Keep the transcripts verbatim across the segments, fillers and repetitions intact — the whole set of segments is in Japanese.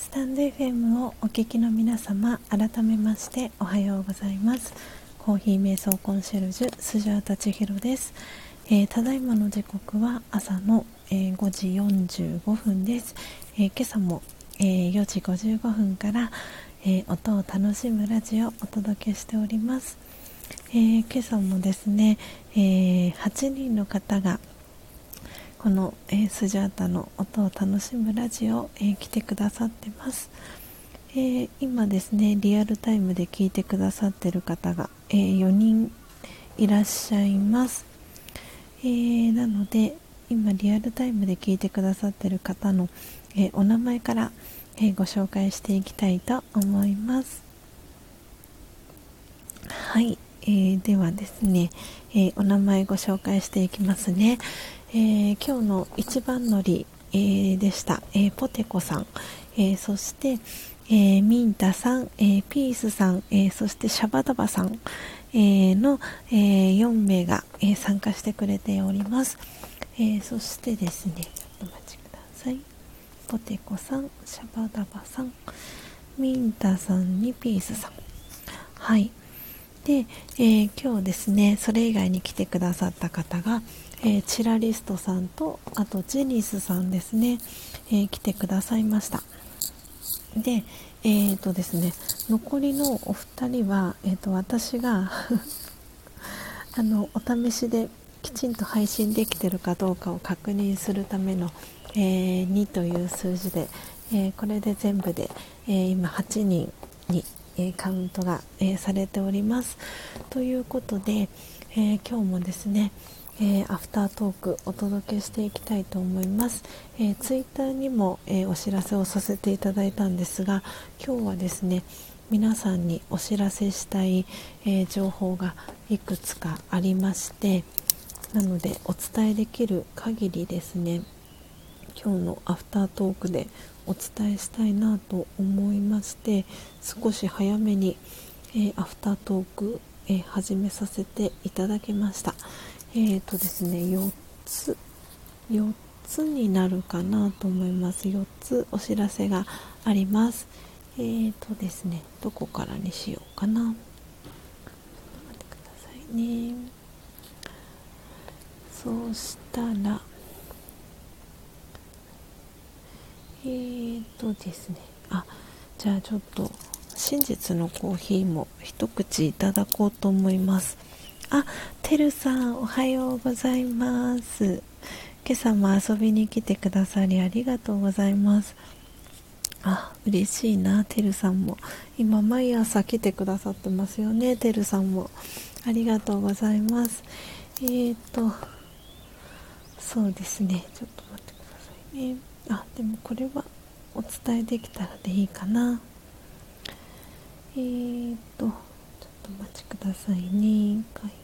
スタンド エフエム をお聞きの皆様、改めましておはようございます。コーヒー瞑想コンシェルジュスジャータ千尋です。えー、ただいまの時刻は朝の、えー、ごじよんじゅうごふんです。えー、今朝も、えー、よじごじゅうごふんから、えー、音を楽しむラジオをお届けしております。えー、今朝もですね、えー、はちにんの方がこの、えー、スジャータの音を楽しむラジオを、えー、来てくださってます。えー、今ですねリアルタイムで聞いてくださってる方が、えー、よにんいらっしゃいます。えー、なので今リアルタイムで聞いてくださってる方の、えー、お名前から、えー、ご紹介していきたいと思います。はい、えー、ではですね、えー、お名前ご紹介していきますね。えー、今日の一番乗り、えー、でした、えー、ポテコさん、えー、そして、えー、ミンタさん、えー、ピースさん、えー、そしてシャバダバさん、えー、の、えー、よんめいが、えー、参加してくれております。えー、そしてですね、ちょっとお待ちください。ポテコさん、シャバダバさん、ミンタさんにピースさん、はいで、えー、今日ですねそれ以外に来てくださった方が、えー、チラリストさんとあとジェニスさんですね、えー、来てくださいました。で、えーとですね、残りのお二人は、えーと私があのお試しできちんと配信できてるかどうかを確認するための、えー、にという数字で、えー、これで全部で、えー、今はちにんに、えー、カウントが、えー、されております。ということで、えー、今日もですね、えー、アフタートークお届けしていきたいと思います。えー、ツイッターにも、えー、お知らせをさせていただいたんですが、今日はですね皆さんにお知らせしたい、えー、情報がいくつかありまして、なのでお伝えできる限りですね今日のアフタートークでお伝えしたいなと思いまして、少し早めに、えー、アフタートーク、えー、始めさせていただきました。えーとですねよっつよっつになるかなと思います。よっつお知らせがあります。えーとですねどこからにしようかな。ちょっと待ってくださいね。そうしたらえーとですねあじゃあちょっと真実のコーヒーも一口いただこうと思います。あ、てるさんおはようございます。今朝も遊びに来てくださりありがとうございます。あ、嬉しいな。てるさんも今毎朝来てくださってますよね。てるさんもありがとうございます。えーとそうですねちょっと待ってくださいね。あ、でもこれはお伝えできたらでいいかな。えーとちょっとお待ちくださいね。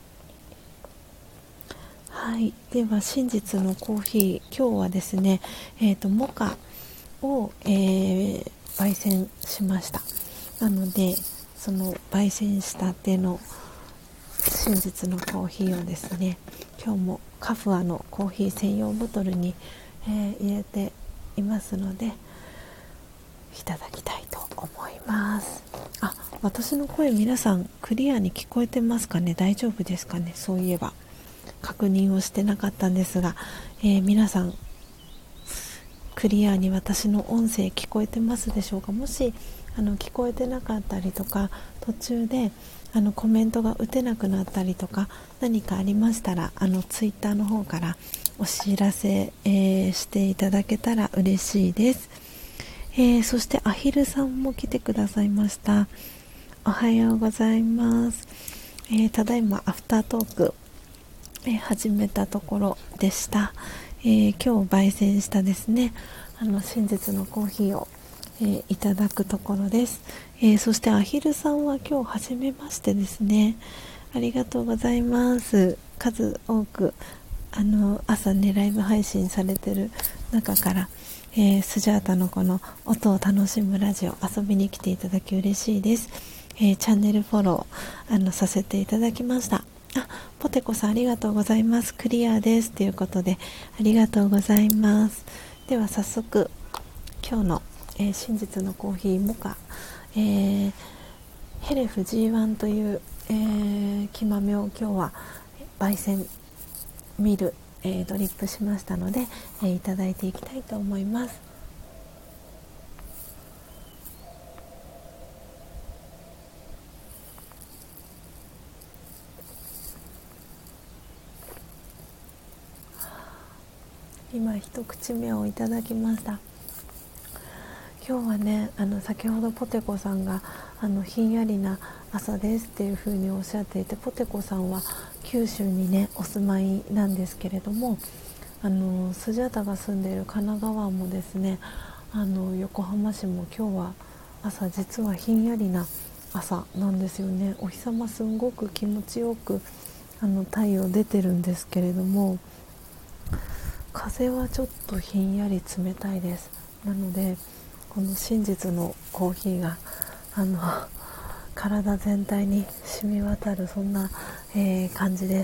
はい、では真実のコーヒー、今日はですね、えーとモカを、えー、焙煎しました。なのでその焙煎したての真実のコーヒーをですね今日もカフアのコーヒー専用ボトルに、えー、入れていますのでいただきたいと思います。あ、私の声皆さんクリアに聞こえてますかね。大丈夫ですかね。そういえば確認をしてなかったんですが、えー、皆さんクリアに私の音声聞こえてますでしょうか。もしあの聞こえてなかったりとか途中であのコメントが打てなくなったりとか何かありましたらあのツイッターの方からお知らせ、えー、していただけたら嬉しいです。えー、そしてアヒルさんも来てくださいました。おはようございます。えー、ただいまアフタートーク、えー、始めたところでした。えー、今日焙煎したですねあの真実のコーヒーを、えー、いただくところです。えー、そしてアヒルさんは今日初めましてですね。ありがとうございます。数多くあの朝ねライブ配信されてる中から、えー、スジャータのこの音を楽しむラジオ遊びに来ていただき嬉しいです。えー、チャンネルフォローあのさせていただきました。あ、ポテコさんありがとうございます。クリアですということでありがとうございます。では早速今日の、 えー、真実のコーヒーモカ、えー、ヘレフ ジーワン という、えー、木豆を今日は焙煎ミル、えー、ドリップしましたので、えー、いただいていきたいと思います。今一口目をいただきました。今日はね、あの先ほどポテコさんがあのひんやりな朝ですっていう風におっしゃっていて、ポテコさんは九州にねお住まいなんですけれども、あのスジャータが住んでいる神奈川もですね、あの横浜市も今日は朝実はひんやりな朝なんですよね。お日様すんごく気持ちよくあの太陽出てるんですけれども、風はちょっとひんやり冷たいです。なのでこの真実のコーヒーがあの体全体に染み渡る、そんな、えー、感じです。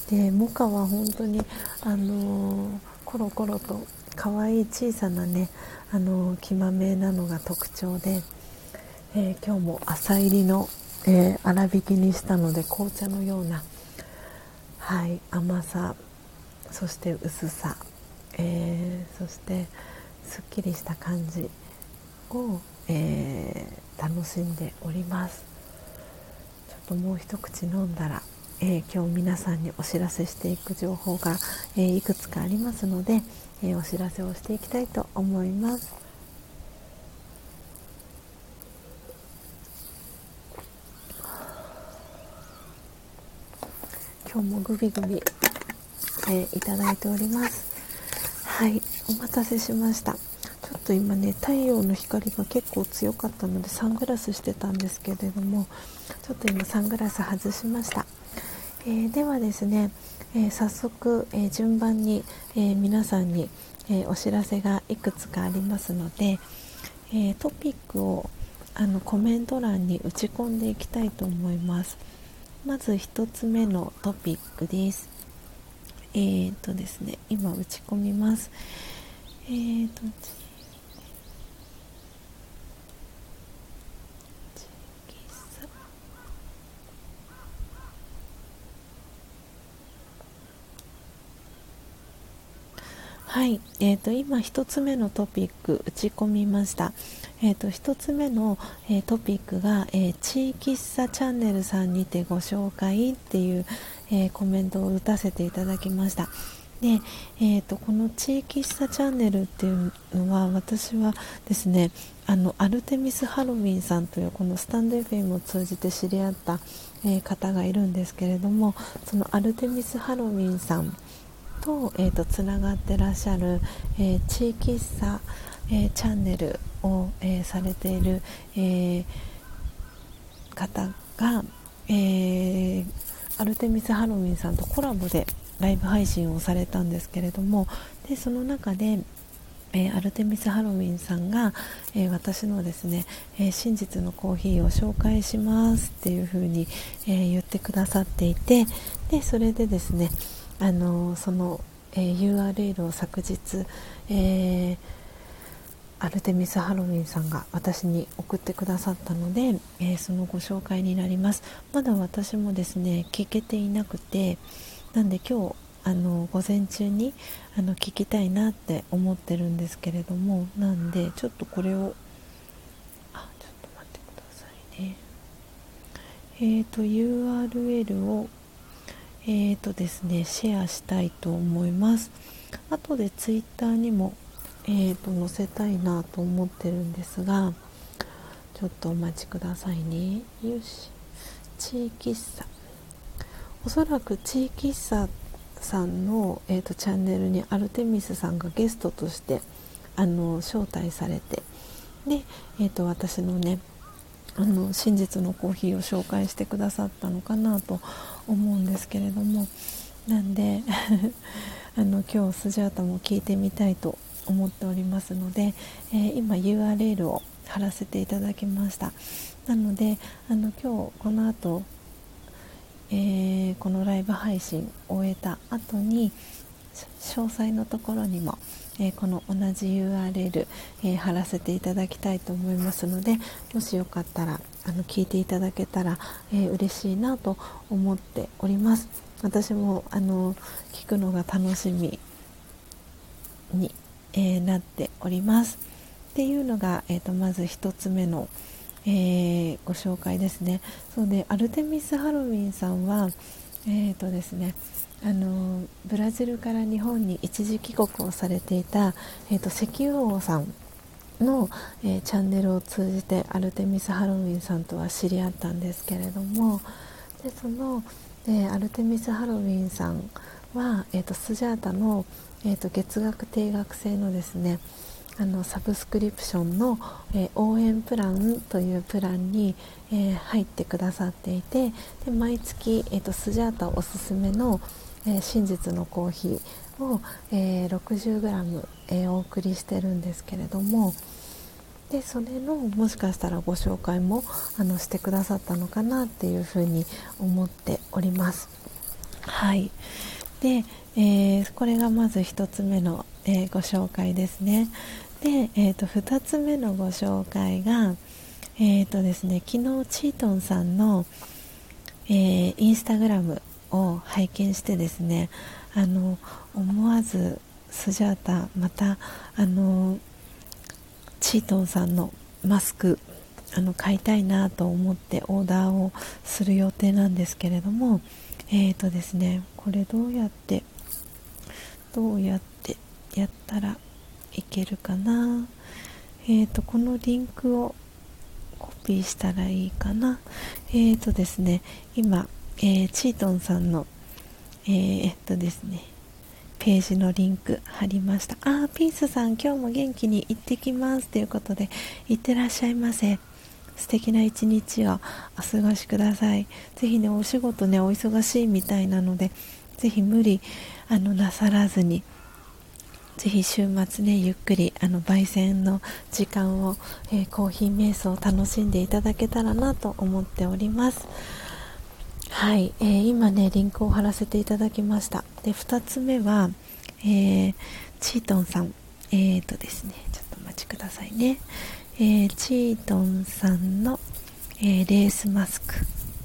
でモカは本当にあのー、コロコロと可愛い小さなね、あのー、木豆なのが特徴で、えー、今日も朝入りの、えー、粗挽きにしたので紅茶のような、はい、甘さ、そして薄さ、えー、そしてすっきりした感じを、えー、楽しんでおります。ちょっともう一口飲んだら、えー、今日皆さんにお知らせしていく情報が、えー、いくつかありますので、えー、お知らせをしていきたいと思います。今日もグビグビ、えー、いただいております。はい、お待たせしました。ちょっと今ね、太陽の光が結構強かったのでサングラスしてたんですけれども、ちょっと今サングラス外しました。えー、ではですね、えー、早速、えー、順番に、えー、皆さんに、えー、お知らせがいくつかありますので、えー、トピックをあのコメント欄に打ち込んでいきたいと思います。まずひとつめのトピックです。えーとですね、今打ち込みます。えーとはい、えーと、今ひとつめのトピック打ち込みました。えーと、ひとつめの、えー、トピックが、えー、地域喫茶チャンネルさんにてご紹介っていう、えー、コメントを打たせていただきました。で、えーと、この地域喫茶チャンネルっていうのは、私はですね、あのアルテミスハロウィンさんというこのスタンド エフエム を通じて知り合った、えー、方がいるんですけれども、そのアルテミスハロウィンさんと、えー、とつながってらっしゃる、えー、地域喫茶、えー、チャンネルを、えー、されている、えー、方が、えー、アルテミスハロウィンさんとコラボでライブ配信をされたんですけれども、でその中で、えー、アルテミスハロウィンさんが、えー、私のですね、えー、真実のコーヒーを紹介しますっていう風に、えー、言ってくださっていて、でそれでですね、あのその、えー、ユーアールエル を昨日、えー、アルテミスハロウィンさんが私に送ってくださったので、えー、そのご紹介になります。まだ私もですね聞けていなくて、なんで今日あの午前中にあの聞きたいなって思ってるんですけれども、なんでちょっとこれをあちょっと待ってくださいね。えーと ユーアールエル をえーとですね、シェアしたいと思います。後でツイッターにも、えーと載せたいなと思ってるんですが、ちょっとお待ちくださいね。よし、地域喫茶、おそらく地域喫茶さんの、えーとチャンネルにアルテミスさんがゲストとしてあの招待されて、で、えーと私のねあの真実のコーヒーを紹介してくださったのかなと思うんですけれども、なんであの今日スジャータも聞いてみたいと思っておりますので、えー、今 ユーアールエル を貼らせていただきました。なのであの今日この後、えー、このライブ配信を終えた後に詳細のところにも、えー、この同じ ユーアールエル、えー、貼らせていただきたいと思いますので、もしよかったらあの聞いていただけたら、えー、嬉しいなと思っております。私もあの聞くのが楽しみに、えー、なっておりますっていうのが、えー、とまず一つ目の、えー、ご紹介ですね。そうで、アルテミス・ハロウィンさんはえーとですねあのブラジルから日本に一時帰国をされていた、えー、と石油王さんの、えー、チャンネルを通じてアルテミス・ハロウィンさんとは知り合ったんですけれども、でその、えー、アルテミス・ハロウィンさんは、えー、とスジャータの、えー、と月額定額制のですねあのサブスクリプションの、えー、応援プランというプランに、えー、入ってくださっていて、で毎月、えー、とスジャータおすすめの、えー、真実のコーヒーを、えー、ろくじゅうグラム、えー、お送りしてるんですけれども、でそれのもしかしたらご紹介もあのしてくださったのかなっていうふうに思っております。はい。で、えー、これがまずひとつめの、えー、ご紹介ですね。で、えー、とふたつめのご紹介が、えーとですね、昨日チートンさんの、えー、インスタグラムを拝見してですね、あの思わずスジャータまたあのチートンさんのマスクあの買いたいなと思ってオーダーをする予定なんですけれども、えーとですね、これどうやってどうやってやったらいけるかな。えーとこのリンクをコピーしたらいいかな。えーとですね今、えー、チートンさんのえー、っとですねページのリンク貼りました。あー、ピースさん今日も元気に行ってきますということで、行ってらっしゃいませ。素敵な一日をお過ごしください。ぜひね、お仕事ねお忙しいみたいなので、ぜひ無理あのなさらずに、ぜひ週末ねゆっくりあの焙煎の時間を、えー、コーヒー瞑想を楽しんでいただけたらなと思っております。はい、えー、今ねリンクを貼らせていただきました。でふたつめは、えー、チートンさん、えーとですねちょっとお待ちくださいね、えー、チートンさんの、えー、レースマスク、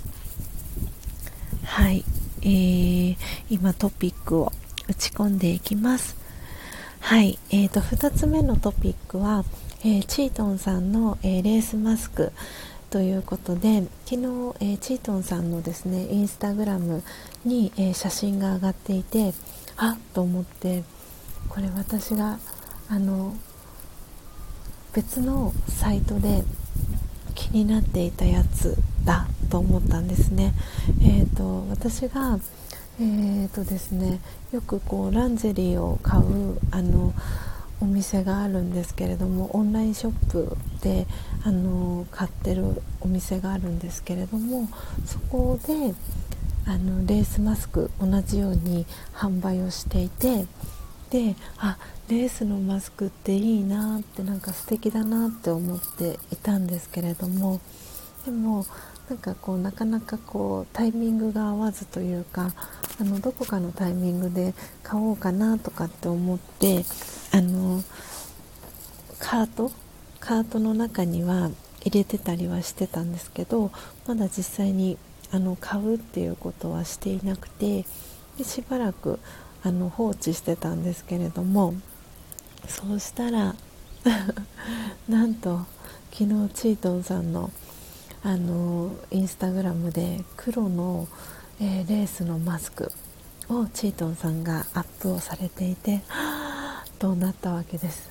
はい、えー、今トピックを打ち込んでいきます。はい、えーとふたつめのトピックは、えー、チートンさんの、えー、レースマスクということで、昨日、えー、チートンさんのですねインスタグラムに、えー、写真が上がっていて、あっと思って、これ私があの別のサイトで気になっていたやつだと思ったんですね。えーと私がえーとですねよくこうランジェリーを買うあのお店があるんですけれども、オンラインショップであの買ってるお店があるんですけれども、そこであのレースマスク同じように販売をしていて、で、あ、レースのマスクっていいなって、なんか素敵だなって思っていたんですけれども、でもなんかこうなかなかこうタイミングが合わずというか、あのどこかのタイミングで買おうかなとかって思って、あのカートカートの中には入れてたりはしてたんですけど、まだ実際にあの買うっていうことはしていなくて、でしばらくあの放置してたんですけれども、そうしたらなんと昨日チートンさんのあのインスタグラムで黒の、えーレースのマスクをチートンさんがアップをされていて、はぁとなったわけです。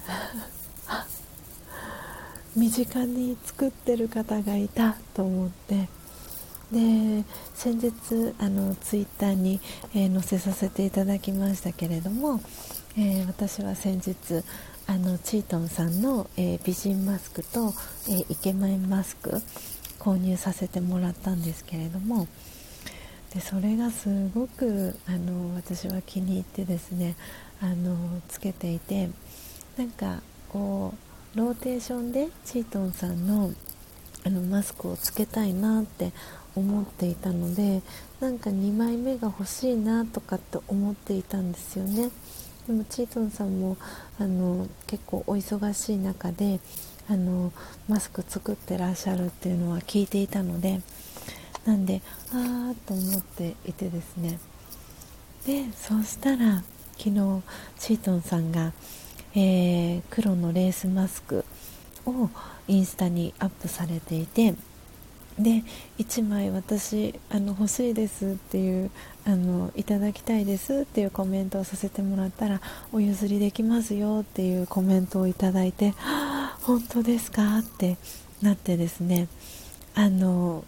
身近に作ってる方がいたと思って、で先日あのツイッターに、えー載せさせていただきましたけれども、えー私は先日あのチートンさんの、えー美人マスクと、えーイケメンマスク購入させてもらったんですけれども、でそれがすごくあの私は気に入ってですね、あのつけていて、なんかこうローテーションでチートンさんのあのマスクをつけたいなって思っていたので、なんかにまいめが欲しいなとかって思っていたんですよね。でもチートンさんもあの結構お忙しい中であのマスク作ってらっしゃるっていうのは聞いていたので、なんであーと思っていてですね。でそうしたら昨日チートンさんが、えー黒のレースマスクをインスタにアップされていて、でいちまい私あの欲しいですっていうあのいただきたいですっていうコメントをさせてもらったら、お譲りできますよっていうコメントをいただいて、はあ本当ですかってなってですね、あの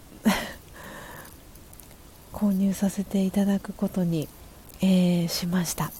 購入させていただくことに、えーしました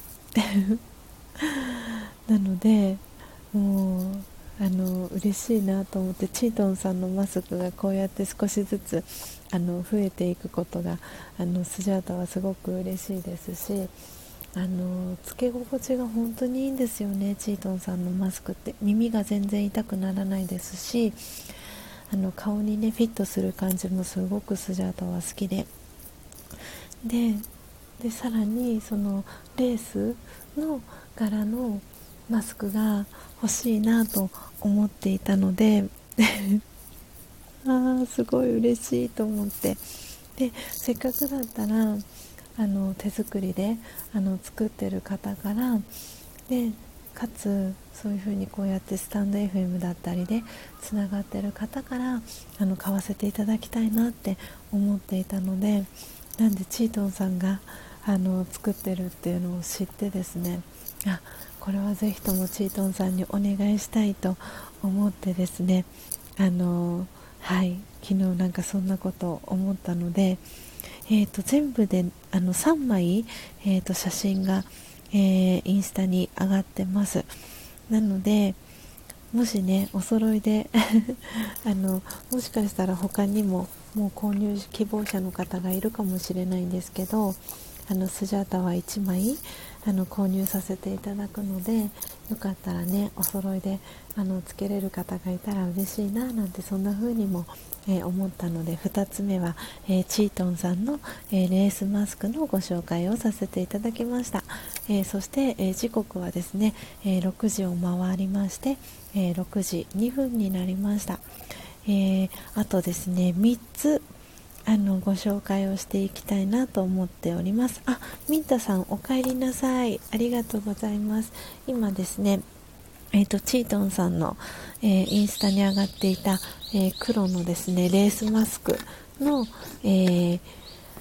なのでもうあの嬉しいなと思って、チートンさんのマスクがこうやって少しずつあの増えていくことがあのスジャータはすごく嬉しいですし、あのつけ心地が本当にいいんですよね。チートンさんのマスクって耳が全然痛くならないですし、あの顔にねフィットする感じもすごくスジャータは好きで、ででさらにそのレースの柄のマスクが欲しいなと思っていたのであーすごい嬉しいと思って、でせっかくだったらあの手作りであの作ってる方から、でかつそういう風にこうやってスタンド エフエム だったりでつながってる方からあの買わせていただきたいなって思っていたので、なんでチートンさんがあの作ってるっていうのを知ってですね、あこれはぜひともチートンさんにお願いしたいと思ってですね、あのはい昨日なんかそんなことを思ったので、えー、と全部であのさんまい、えー、と写真が、えーインスタに上がってます。なのでもしねお揃いであのもしかしたら他にももう購入希望者の方がいるかもしれないんですけど、あのスジャータはいちまいあの購入させていただくので、よかったらねお揃いであのつけれる方がいたら嬉しいななんて、そんな風にも、えー思ったので、ふたつめは、えーチートンさんの、えーレースマスクのご紹介をさせていただきました。えーそして、えー時刻はですね、えーろくじを回りまして、えーろくじにふんになりました。えーあとですねみっつあのご紹介をしていきたいなと思っております。あ、ミンタさんお帰りなさい。ありがとうございます。今ですね、えーと、チートンさんの、えーインスタに上がっていた、えー黒のですねレースマスクの、えー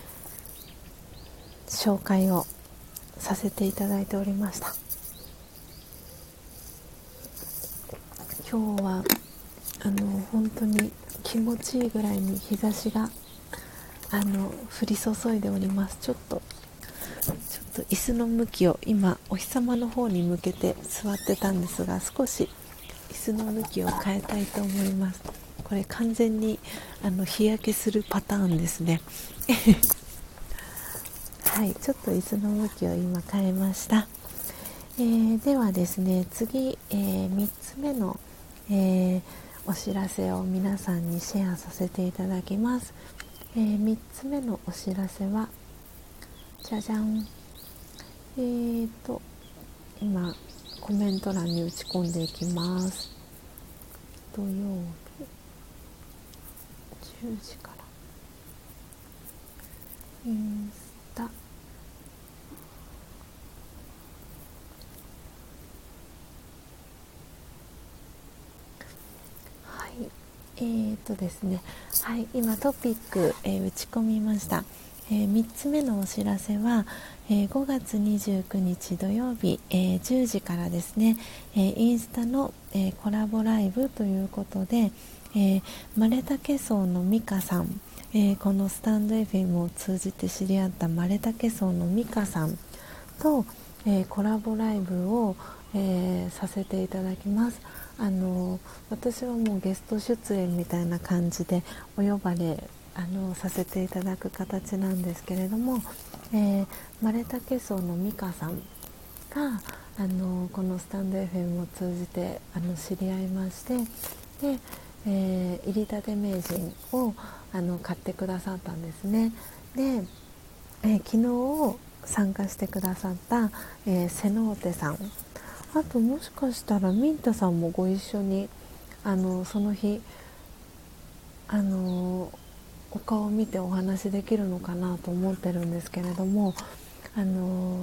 紹介をさせていただいておりました。今日はあの本当に気持ちいいぐらいに日差しがあの降り注いでおります。ちょっとちょっと椅子の向きを今お日様の方に向けて座ってたんですが、少し椅子の向きを変えたいと思います。これ完全にあの日焼けするパターンですねはい、ちょっと椅子の向きを今変えました。えーではですね、次、えーみっつめの、えーお知らせを皆さんにシェアさせていただきます。えーみっつめのお知らせはじゃじゃん、えーと今コメント欄に打ち込んでいきます。土曜日じゅうじからインスタ、はい、えーとですね、はい、今トピック、えー打ち込みました。えー、みっつめのお知らせは、えーごがつにじゅうくにち土曜日、えーじゅうじからですね、えーインスタの、えーコラボライブということで、えーマレタケソウのミカさん、えーこのスタンド エフエム を通じて知り合ったマレタケソウのミカさんと、えーコラボライブを、えーさせていただきます。あの私はもうゲスト出演みたいな感じでお呼ばれあのさせていただく形なんですけれども、えー、マレタケソウのミカさんがあのこのスタンド エフエム を通じてあの知り合いまして、で、 えー、入りたて名人をあの買ってくださったんですね。で、えー、昨日参加してくださった、えー、瀬能手さん、あともしかしたらミンタさんもご一緒にあのその日あのお顔を見てお話できるのかなと思ってるんですけれども、あの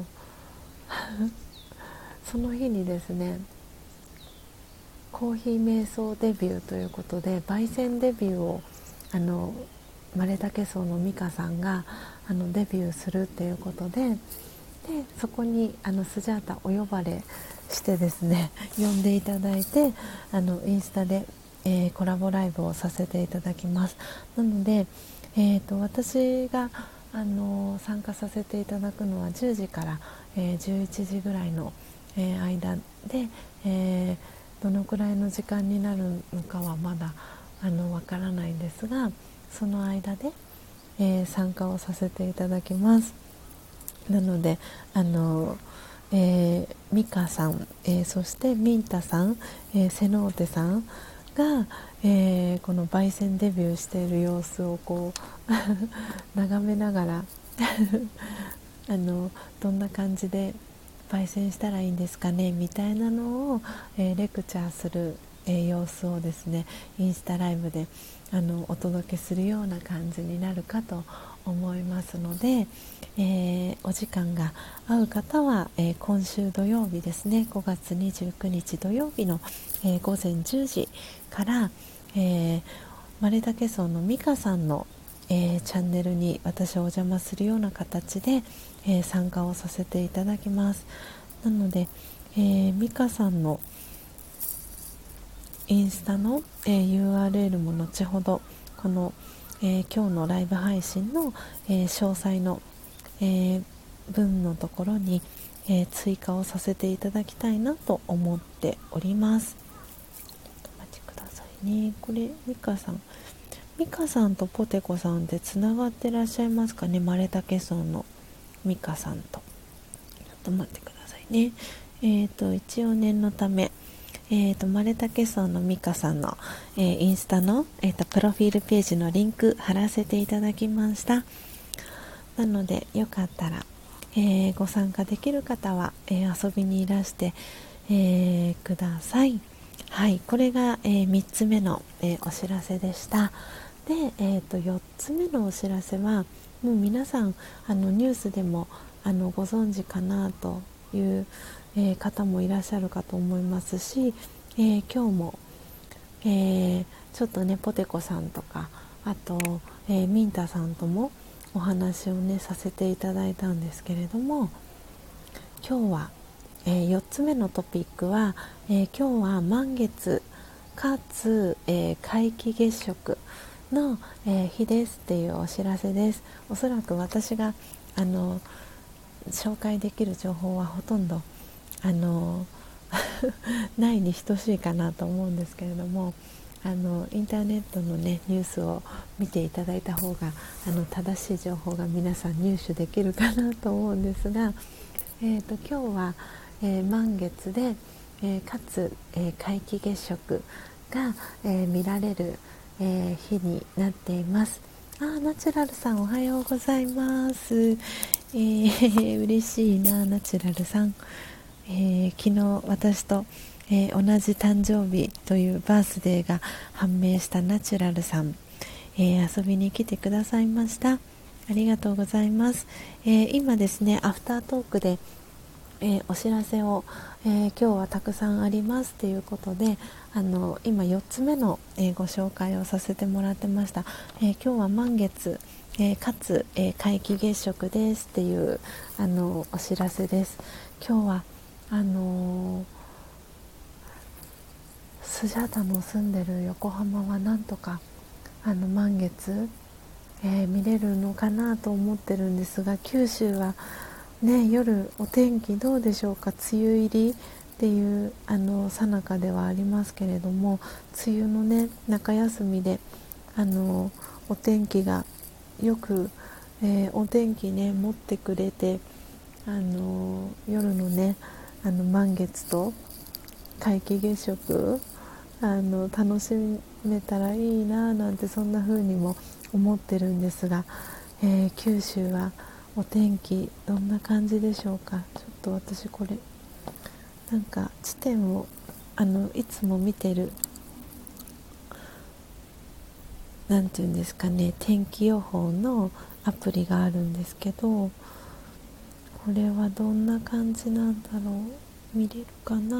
その日にですね、コーヒー瞑想デビューということで焙煎デビューをあのマレタケソウのミカさんがあのデビューするっていうことで、でそこにあのスジャータお呼ばれしてですね、呼んでいただいて、あのインスタで、えー、コラボライブをさせていただきます。なので、えー、と私があの参加させていただくのはじゅうじから、えー、じゅういちじぐらいの、えー間で、えーどのくらいの時間になるのかはまだあのわからないんですが、その間で、えー参加をさせていただきます。なのであの、えー、ミカさん、えーそしてミンタさん、えーセノーテさんが、えーこの焙煎デビューしている様子をこう眺めながらあのどんな感じで焙煎したらいいんですかねみたいなのを、えーレクチャーする、えー様子をですね、インスタライブであのお届けするような感じになるかと思いますので、えーお時間が合う方は、えー今週土曜日ですね、ごがつにじゅうくにち土曜日の、えー午前じゅうじから、えー、マレタケソウのミカさんの、えーチャンネルに私はお邪魔するような形で、えー参加をさせていただきます。なので、えーミカさんのインスタの、えー ユーアールエル も後ほどこの、えー今日のライブ配信の、えー詳細の、えー文のところに、えー追加をさせていただきたいなと思っております。お待ちくださいね。これミカさんミカさんとポテコさんってつながってらっしゃいますかね。マレタケソウのミカさんと。ちょっと待ってくださいね。えっ、ー、と一応念のため、えー、とマレタケソウのミカさんの、えーインスタの、えー、とプロフィールページのリンク貼らせていただきました。なのでよかったら、えーご参加できる方は、えー遊びにいらして、えーください。はい、これが、えーみっつめの、えーお知らせでした。で、えー、とよっつめのお知らせはもう皆さんあのニュースでもあのご存知かなという、えー方もいらっしゃるかと思いますし、えー今日も、えーちょっとねポテコさんとかあと、えーミンタさんともお話をねさせていただいたんですけれども、今日は、えーよっつめのトピックは、えー今日は満月かつ、えー皆既月食の、えー日ですっていうお知らせです。おそらく私があの紹介できる情報はほとんどあのないに等しいかなと思うんですけれども、あのインターネットの、ね、ニュースを見ていただいた方があの正しい情報が皆さん入手できるかなと思うんですが、えー、と今日は、えー満月で、えーかつ、えー皆既月食が、えー見られる、えー日になっています。あ、ナチュラルさんおはようございます。えー、嬉しいなナチュラルさん。えー昨日私と、えー同じ誕生日というバースデーが判明したナチュラルさん、えー遊びに来てくださいました。ありがとうございます。えー今ですねアフタートークで、えーお知らせを、えー今日はたくさんありますということで、あの今よっつめの、えーご紹介をさせてもらってました。えー今日は満月、えーかつ、えー皆既月食ですっていうあのお知らせです。今日はあのースジャータの住んでる横浜はなんとかあの満月、えー見れるのかなと思ってるんですが、九州はね、夜お天気どうでしょうか。梅雨入りっていうあの最中ではありますけれども、梅雨のね中休みであのお天気がよく、えーお天気ね持ってくれて、あの夜のねあの満月と皆既月食あの楽しめたらいいななんてそんな風にも思ってるんですが、えー、九州はお天気どんな感じでしょうか。ちょっと私これなんか地点をあのいつも見てるなんていうんですかね、天気予報のアプリがあるんですけど、これはどんな感じなんだろう、見れるかな。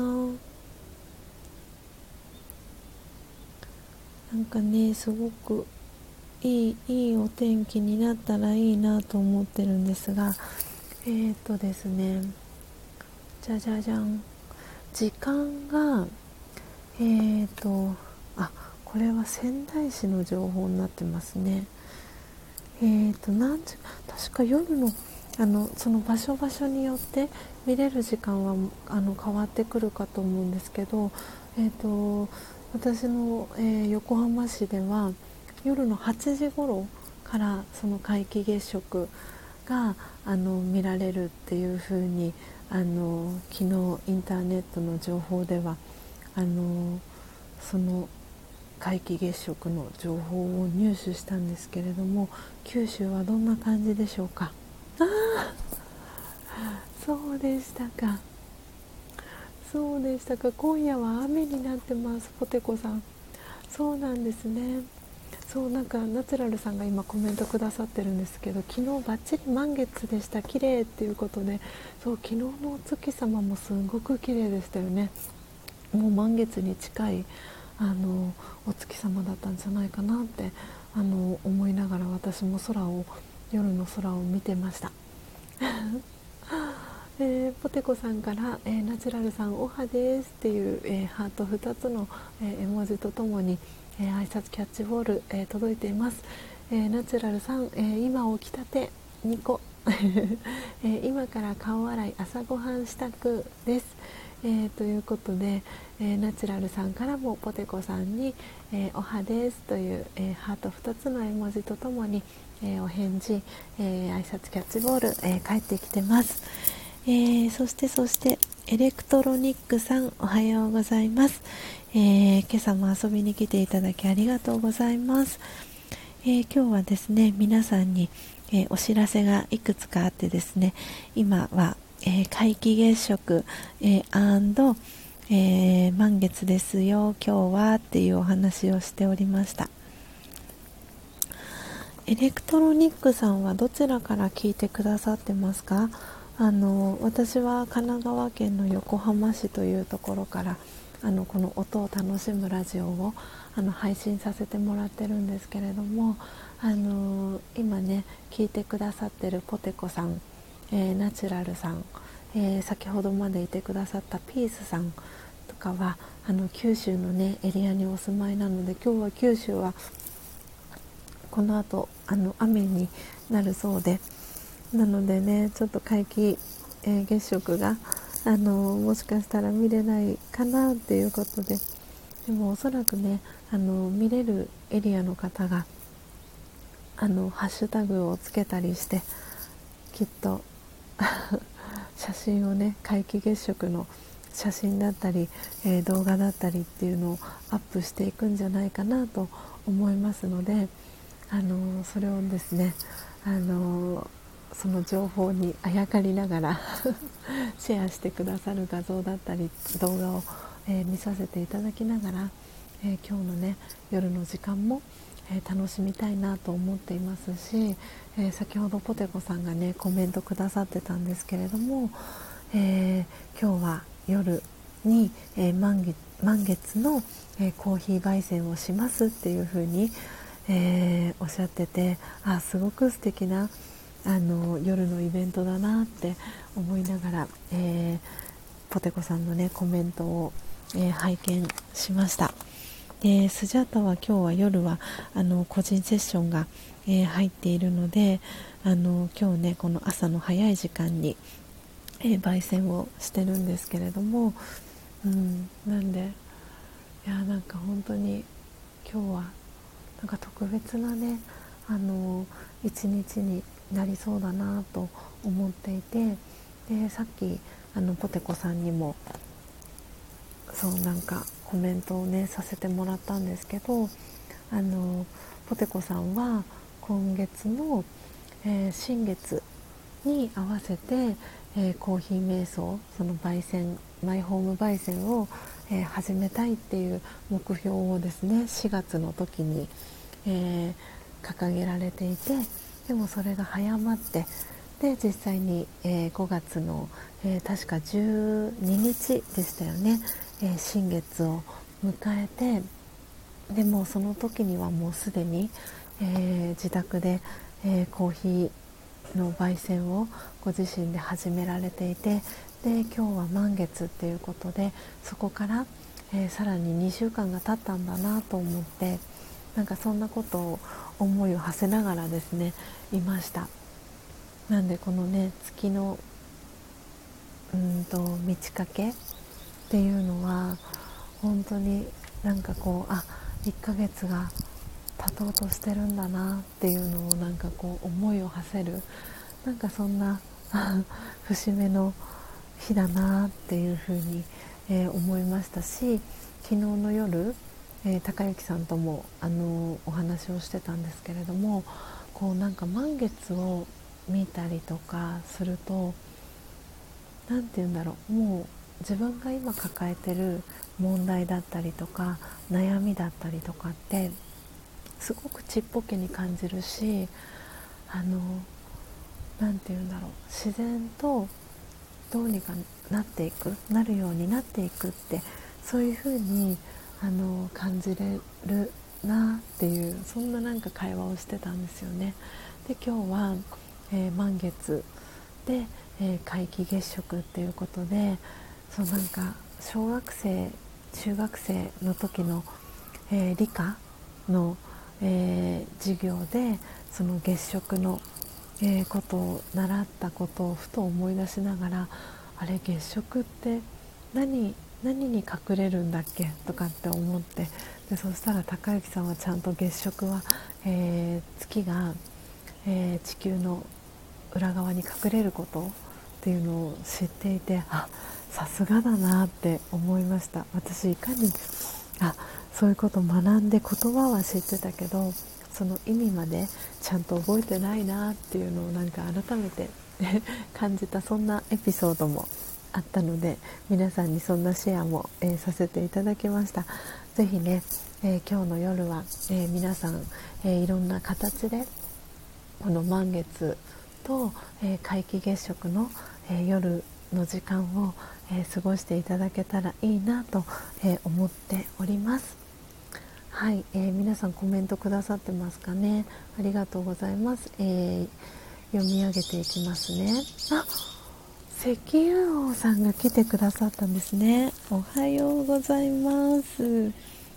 なんかね、すごくいい、いいお天気になったらいいなと思ってるんですが、えーとですね、じゃじゃじゃん、時間が、えーと、あ、これは仙台市の情報になってますね。えーと、なんち確か夜の、あのその場所場所によって見れる時間はあの変わってくるかと思うんですけど、えーと、私の、えー横浜市では夜のはちじ頃からその皆既月食があの見られるっていう風にあの昨日インターネットの情報ではあのその皆既月食の情報を入手したんですけれども、九州はどんな感じでしょうか。ああ、そうでしたか。そうでしたか。今夜は雨になってます、ポテコさん。そうなんですね。そうなんかナチュラルさんが今コメントくださってるんですけど、昨日バッチリ満月でした、綺麗っていうことで、そう昨日のお月様もすごく綺麗でしたよね。もう満月に近いあのお月様だったんじゃないかなってあの思いながら、私も空を夜の空を見てました。えー、ポテコさんから、えー、ナチュラルさんおはですっていう、えー、ハートふたつの、えー、絵文字とともに、えー、挨拶キャッチボール、えー、届いています。えー、ナチュラルさん、えー、今起きたてにこ、えー、今から顔洗い朝ごはん支度です、えー、ということで、えー、ナチュラルさんからもポテコさんに、えー、おはですという、えー、ハートふたつの絵文字とともに、えー、お返事、えー、挨拶キャッチボール、えー、返ってきてます。えー、そしてそしてエレクトロニックさんおはようございます。えー、今朝も遊びに来ていただきありがとうございます。えー、今日はですね皆さんに、えー、お知らせがいくつかあってですね、今は、えー、皆既月食、えー、えー、満月ですよ今日はっていうお話をしておりました。エレクトロニックさんはどちらから聞いてくださってますか？あの私は神奈川県の横浜市というところからあのこの音を楽しむラジオをあの配信させてもらってるんですけれども、あの今ね聞いてくださってるポテコさん、えー、ナチュラルさん、えー、先ほどまでいてくださったピースさんとかはあの九州のねエリアにお住まいなので、今日は九州はこの後あの雨になるそうで、なのでねちょっと皆既、えー、月食があのもしかしたら見れないかなっていうことで、でもおそらくねあの見れるエリアの方があのハッシュタグをつけたりしてきっと写真をね皆既月食の写真だったり、えー、動画だったりっていうのをアップしていくんじゃないかなと思いますので、あのそれをですねあのその情報にあやかりながらシェアしてくださる画像だったり動画を、えー、見させていただきながら、えー、今日のね夜の時間も、えー、楽しみたいなと思っていますし、えー、先ほどポテコさんがねコメントくださってたんですけれども、えー、今日は夜に、えー、満月、満月の、えー、コーヒー焙煎をしますっていう風に、えー、おっしゃってて、あすごく素敵なあの夜のイベントだなって思いながら、えー、ポテコさんのねコメントを、えー、拝見しました。でスジャータは今日は夜はあの個人セッションが、えー、入っているので、あの今日ねこの朝の早い時間に、えー、焙煎をしてるんですけれども、うん、なんでいやなんか本当に今日はなんか特別なねあの一日になりそうだなと思っていて、でさっきあのポテコさんにもそうなんかコメントをねさせてもらったんですけど、あのポテコさんは今月の、えー、新月に合わせて、えー、コーヒー瞑想、その焙煎マイホーム焙煎を、えー、始めたいっていう目標をですねしがつの時に、えー、掲げられていて、でもそれが早まって、で実際に、えー、ごがつの、えー、確かじゅうににちでしたよね、えー、新月を迎えて、でもその時にはもうすでに、えー、自宅で、えー、コーヒーの焙煎をご自身で始められていて、で今日は満月っていうことで、そこから、えー、さらににしゅうかんが経ったんだなと思って、なんかそんなことを思いを馳せながらですねいました。なんでこのね月のうんと満ち欠けっていうのは本当になんかこう、あ、いっかげつが経とうとしてるんだなっていうのをなんかこう思いを馳せる、なんかそんな節目の日だなっていうふうに、えー、思いましたし、昨日の夜、えー、高幸さんともあのお話をしてたんですけれども、こうなんか満月を見たりとかすると、なんて言うんだろう、もう自分が今抱えてる問題だったりとか悩みだったりとかってすごくちっぽけに感じるし、あのなんて言うんだろう、自然とどうにかなっていくなるようになっていくって、そういう風にあの感じれるなっていう、そんななんか会話をしてたんですよね。で今日は、えー、満月で、えー、皆既月食っていうことで、そうなんか小学生中学生の時の、えー、理科の、えー、授業でその月食の、えー、ことを習ったことをふと思い出しながら、あれ月食って何何に隠れるんだっけとかって思って、でそしたら高幸さんはちゃんと月食は、えー、月が、えー、地球の裏側に隠れることっていうのを知っていて、あ、さすがだなって思いました。私いかにあそういうことを学んで、言葉は知ってたけどその意味までちゃんと覚えてないなっていうのをなんか改めて感じた、そんなエピソードもあったので、皆さんにそんなシェアも、えー、させていただきました。ぜひね、えー、今日の夜は、えー、皆さん、えー、いろんな形でこの満月と、えー、皆既月食の、えー、夜の時間を、えー、過ごしていただけたらいいなと、えー、思っております。はい、えー、皆さんコメントくださってますかね。ありがとうございます。えー、読み上げていきますね。あ、石油王さんが来てくださったんですね。おはようございます。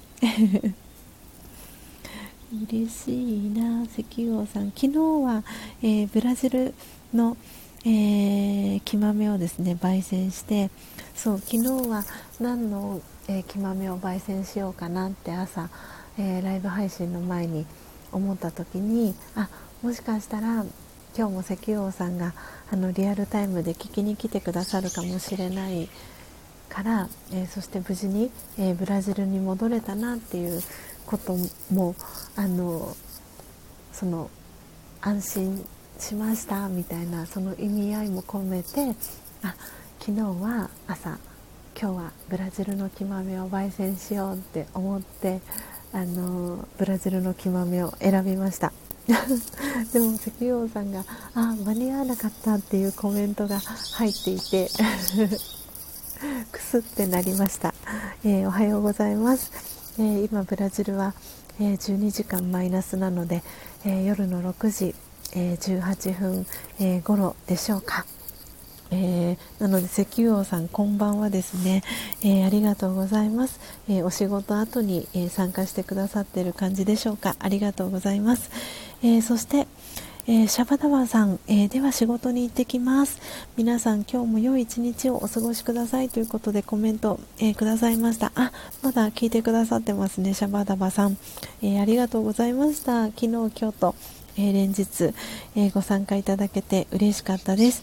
嬉しいな。石油王さん、昨日は、えー、ブラジルの、えー、木豆をですね焙煎して、そう昨日は何の、えー、木豆を焙煎しようかなって朝、えー、ライブ配信の前に思った時に、あ、もしかしたら今日も石油王さんがあのリアルタイムで聞きに来てくださるかもしれないから、えー、そして無事に、えー、ブラジルに戻れたなっていうことも、あのその安心しましたみたいな、その意味合いも込めて、あ、昨日は朝、今日はブラジルの木豆を焙煎しようって思って、あのブラジルの木豆を選びました。でも石油王さんがあ間に合わなかったっていうコメントが入っていてくすってなりました。えー、おはようございます。えー、今ブラジルは、えー、じゅうにじかんマイナスなので、えー、夜のろくじ、えー、じゅうはっぷん、えー、頃でしょうか。えー、なので石油王さんこんばんはですね、えー、ありがとうございます。えー、お仕事後に、えー、参加してくださっている感じでしょうか。ありがとうございます。えー、そして、えー、シャバダワさん、えー、では仕事に行ってきます。皆さん今日も良い一日をお過ごしくださいということでコメント、えー、くださいました。あ、まだ聞いてくださってますね、シャバダワさん、えー、ありがとうございました。昨日今日と、えー、連日、えー、ご参加いただけて嬉しかったです。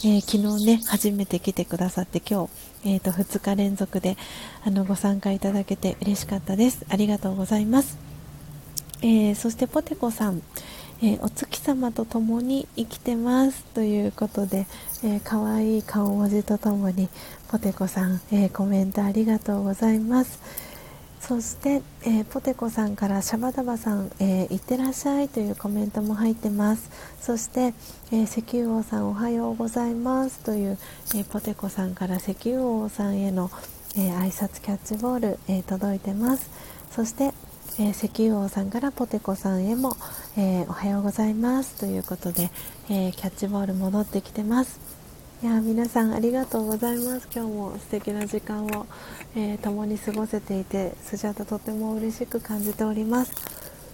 えー、昨日ね初めて来てくださって、今日、えー、とふつか連続であのご参加いただけて嬉しかったです。ありがとうございます。えー、そしてポテコさん、えー、お月様と共に生きてますということで、えー、かわいい顔文字とともにポテコさん、えー、コメントありがとうございます。そして、えー、ポテコさんからシャバダバさん、えー、いってらっしゃいというコメントも入ってます。そして、えー、石油王さんおはようございますという、えー、ポテコさんから石油王さんへの、えー、挨拶キャッチボール、えー、届いてます。そして、えー、石油王さんからポテコさんへも、えー、おはようございますということで、えー、キャッチボール戻ってきてます。いや皆さんありがとうございます。今日も素敵な時間を、えー、共に過ごせていて、スジャタとても嬉しく感じております。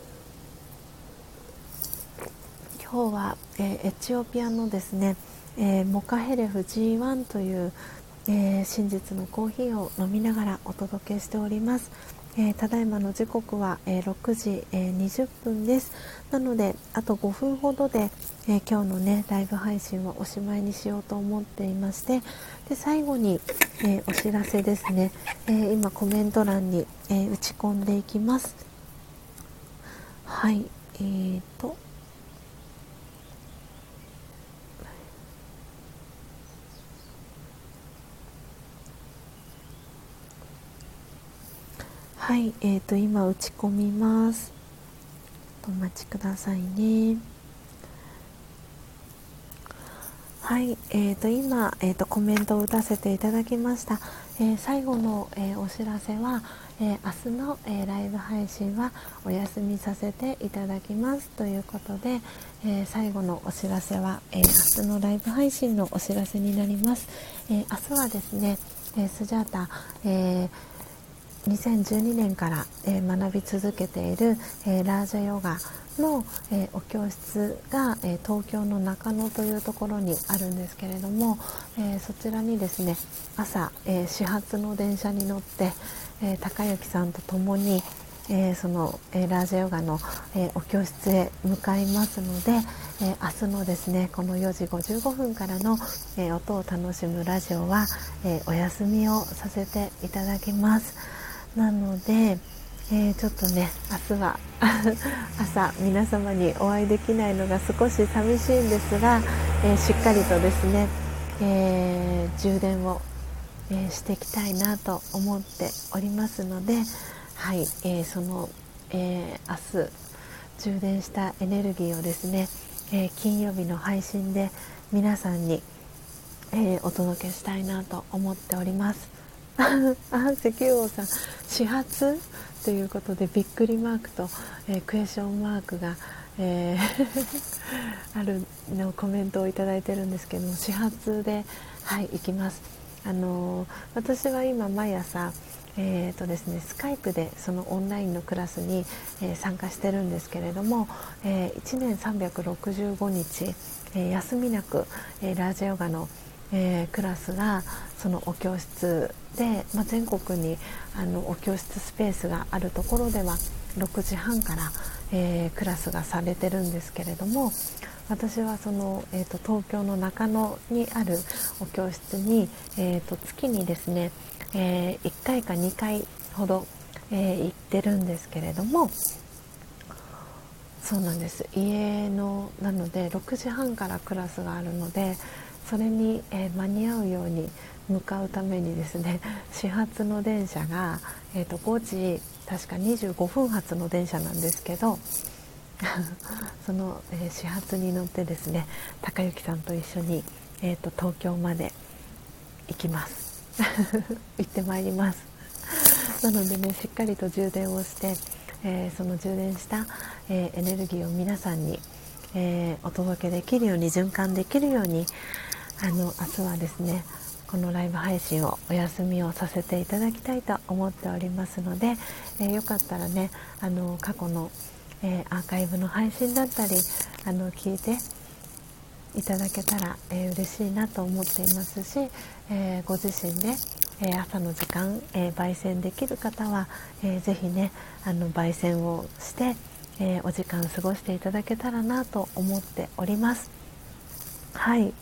今日は、えー、エチオピアのですね、えー、モカヘレフ ジーワン という、えー、真実のコーヒーを飲みながらお届けしております。えー、ただいまの時刻は、えー、ろくじ、えー、にじゅっぷんです。なのであとごふんほどで、えー、今日のねライブ配信はおしまいにしようと思っていまして、で最後に、えー、お知らせですね、えー、今コメント欄に、えー、打ち込んでいきます。はい、えーとはい、えーと今打ち込みます。お待ちくださいね。はい、えー、と今、えー、とコメントを打たせていただきました。えー、最後の、えー、お知らせは、えー、明日の、えー、ライブ配信はお休みさせていただきますということで、えー、最後のお知らせは、えー、明日のライブ配信のお知らせになります。えー、明日はですね、えー、スジャータ、えー、にせんじゅうにねんから、えー、学び続けている、えー、ラージャヨガの、えー、お教室が、えー、東京の中野というところにあるんですけれども、えー、そちらにですね朝、えー、始発の電車に乗って、えー、高幸さんと共に、えー、その、えー、ラージャヨガの、えー、お教室へ向かいますので、えー、明日のですねこのよじごじゅうごふんからの、えー、音を楽しむラジオは、えー、お休みをさせていただきます。なのでえー、ちょっとね明日は朝皆様にお会いできないのが少し寂しいんですが、えー、しっかりとですね、えー、充電を、えー、していきたいなと思っておりますので、はい、えー、その、えー、明日充電したエネルギーをですね、えー、金曜日の配信で皆さんに、えー、お届けしたいなと思っております。あ、石油王さん始発ということでびっくりマークと、えー、クエスチョンマークが、えー、あるのコメントをいただいてるんですけども、始発で、はい、行きます。あのー、私は今毎朝えーとですね、スカイプでそのオンラインのクラスに、えー、参加してるんですけれども、えー、いちねんさんびゃくろくじゅうごにち、えー、休みなく、えー、ラージャヨガのえー、クラスがそのお教室で、まあ、全国にあのお教室スペースがあるところではろくじはんから、えー、クラスがされてるんですけれども、私はその、えー、と東京の中野にあるお教室に、えー、と月にですね、えー、いっかいかにかいほど、えー、行ってるんですけれども、そうなんです、家のなのでろくじはんからクラスがあるので、それに、えー、間に合うように向かうためにですね、始発の電車が、えー、とごじ確かにじゅうごふん発の電車なんですけどその、えー、始発に乗ってですね、高幸さんと一緒に、えー、と東京まで行きます行ってまいります。なのでね、しっかりと充電をして、えー、その充電した、えー、エネルギーを皆さんに、えー、お届けできるように、循環できるように、あの明日はですねこのライブ配信をお休みをさせていただきたいと思っておりますので、えー、よかったらね、あの過去の、えー、アーカイブの配信だったりあの聞いていただけたら、えー、嬉しいなと思っていますし、えー、ご自身で、えー、朝の時間、えー、焙煎できる方は、えー、ぜひねあの焙煎をして、えー、お時間過ごしていただけたらなと思っております。はい、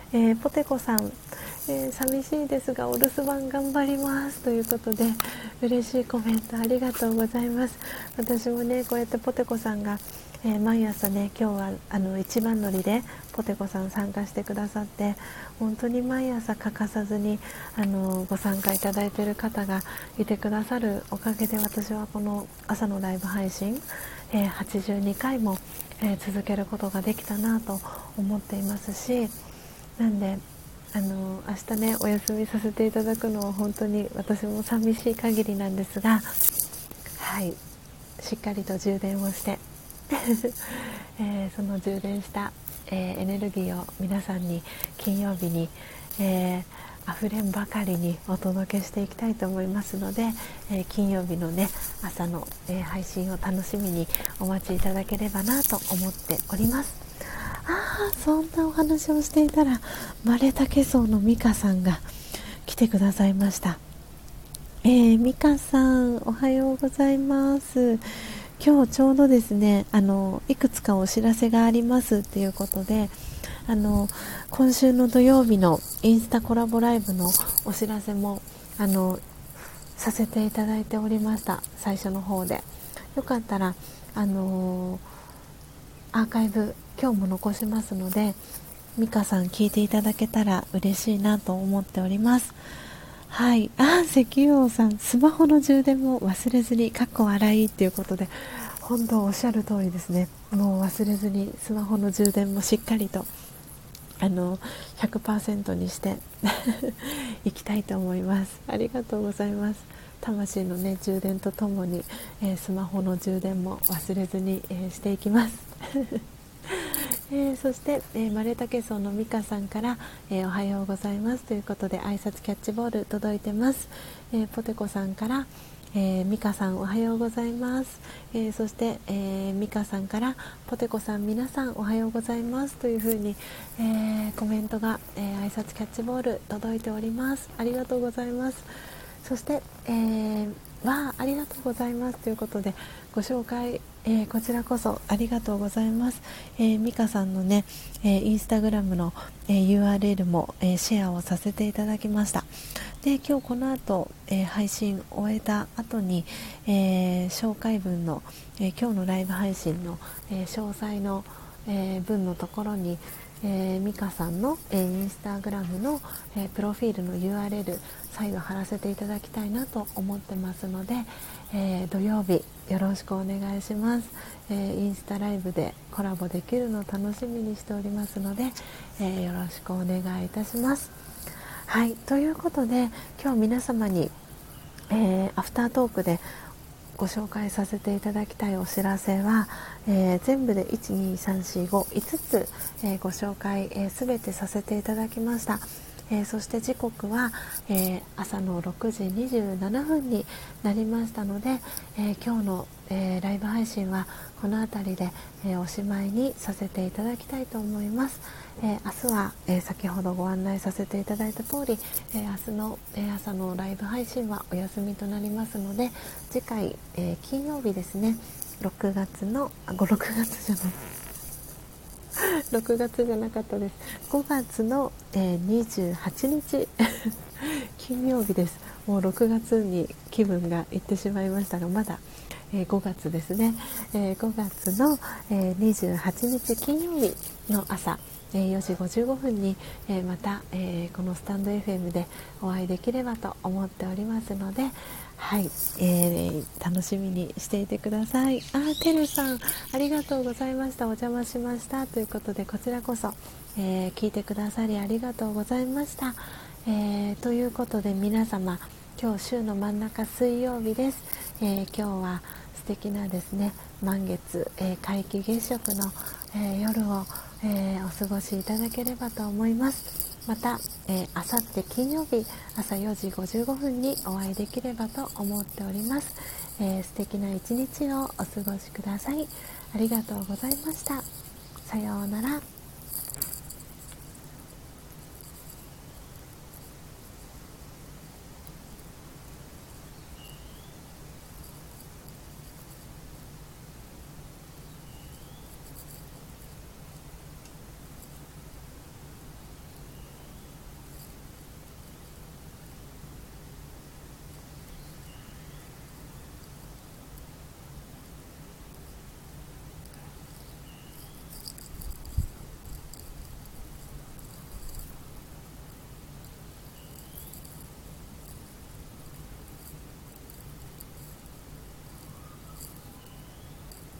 えー、ポテコさん、えー、寂しいですがお留守番頑張りますということで、嬉しいコメントありがとうございます。私もねこうやってポテコさんが、えー、毎朝ね今日はあの一番乗りでポテコさん参加してくださって、本当に毎朝欠かさずにあのご参加いただいている方がいてくださるおかげで、私はこの朝のライブ配信、えー、はちじゅうにかいも、えー、続けることができたなと思っていますし、なんであの明日ねお休みさせていただくのは本当に私も寂しい限りなんですが、はい、しっかりと充電をして、えー、その充電した、えー、エネルギーを皆さんに金曜日に、えー、溢れんばかりにお届けしていきたいと思いますので、えー、金曜日のね朝の、えー、配信を楽しみにお待ちいただければなと思っております。あー、そんなお話をしていたらマレタケソウのミカさんが来てくださいました。えー、ミカさんおはようございます。今日ちょうどですねあのいくつかお知らせがありますっていうことで、あの今週の土曜日のインスタコラボライブのお知らせもあのさせていただいておりました。最初の方でよかったらあのアーカイブ今日も残しますので、ミカさん聞いていただけたら嬉しいなと思っております。はい、あ、石油王さん、スマホの充電も忘れずにかっこ笑いっていうことで、本当おっしゃる通りですね。もう忘れずにスマホの充電もしっかりとあの ひゃくパーセント にしていきたいと思います。ありがとうございます。魂のね充電とともに、えー、スマホの充電も忘れずに、えー、していきますえー、そして、えー、マレタケソウのミカさんから、えー、おはようございますということで挨拶キャッチボール届いてます。えー、ポテコさんから、えー、ミカさんおはようございます、えー、そして、えー、ミカさんからポテコさん皆さんおはようございますというふうに、えー、コメントが、えー、挨拶キャッチボール届いております。ありがとうございます。そして、えー、わあ、ありがとうございますということでご紹介、えー、こちらこそありがとうございます。えー、ミカさんのね、えー、インスタグラムの、えー、ユーアールエル も、えー、シェアをさせていただきました。で今日この後、えー、配信を終えた後に、えー、紹介文の、えー、今日のライブ配信の、えー、詳細の、えー、文のところに、えー、ミカさんの、えー、インスタグラムの、えー、プロフィールの ユーアールエル 再度貼らせていただきたいなと思ってますので、えー、土曜日よろしくお願いします。えー、インスタライブでコラボできるのを楽しみにしておりますので、えー、よろしくお願いいたします。はい、ということで今日皆様に、えー、アフタートークでご紹介させていただきたいお知らせは、えー、全部でいち、に、さん、し、ご、いつつ、えー、ご紹介、えー、全てさせていただきました。えー、そして時刻は、えー、朝のろくじにじゅうななふんになりましたので、えー、今日の、えー、ライブ配信はこの辺りで、えー、おしまいにさせていただきたいと思います。えー、明日は、えー、先ほどご案内させていただいた通り、えー、明日の、えー、朝のライブ配信はお休みとなりますので、次回、えー、金曜日ですね、ろくがつのあろくがつじゃないろくがつじゃなかったです。ごがつの、えー、にじゅうはちにち金曜日です。もうろくがつに気分がいってしまいましたが、まだ、えー、ごがつですね。えー、ごがつの、えー、にじゅうはちにち金曜日の朝、えー、よじごじゅうごふんに、えー、また、えー、このスタンド エフエム でお会いできればと思っておりますので、はい、えー、楽しみにしていてください。あ、てるさんありがとうございました。お邪魔しましたということで、こちらこそ、えー、聞いてくださりありがとうございました。えー、ということで皆様、今日週の真ん中水曜日です。えー、今日は素敵なですね満月、えー、皆既月食の、えー、夜を、えー、お過ごしいただければと思います。また、えー、あさって金曜日朝よじごじゅうごふんにお会いできればと思っております。えー、素敵な一日をお過ごしください。ありがとうございました。さようなら。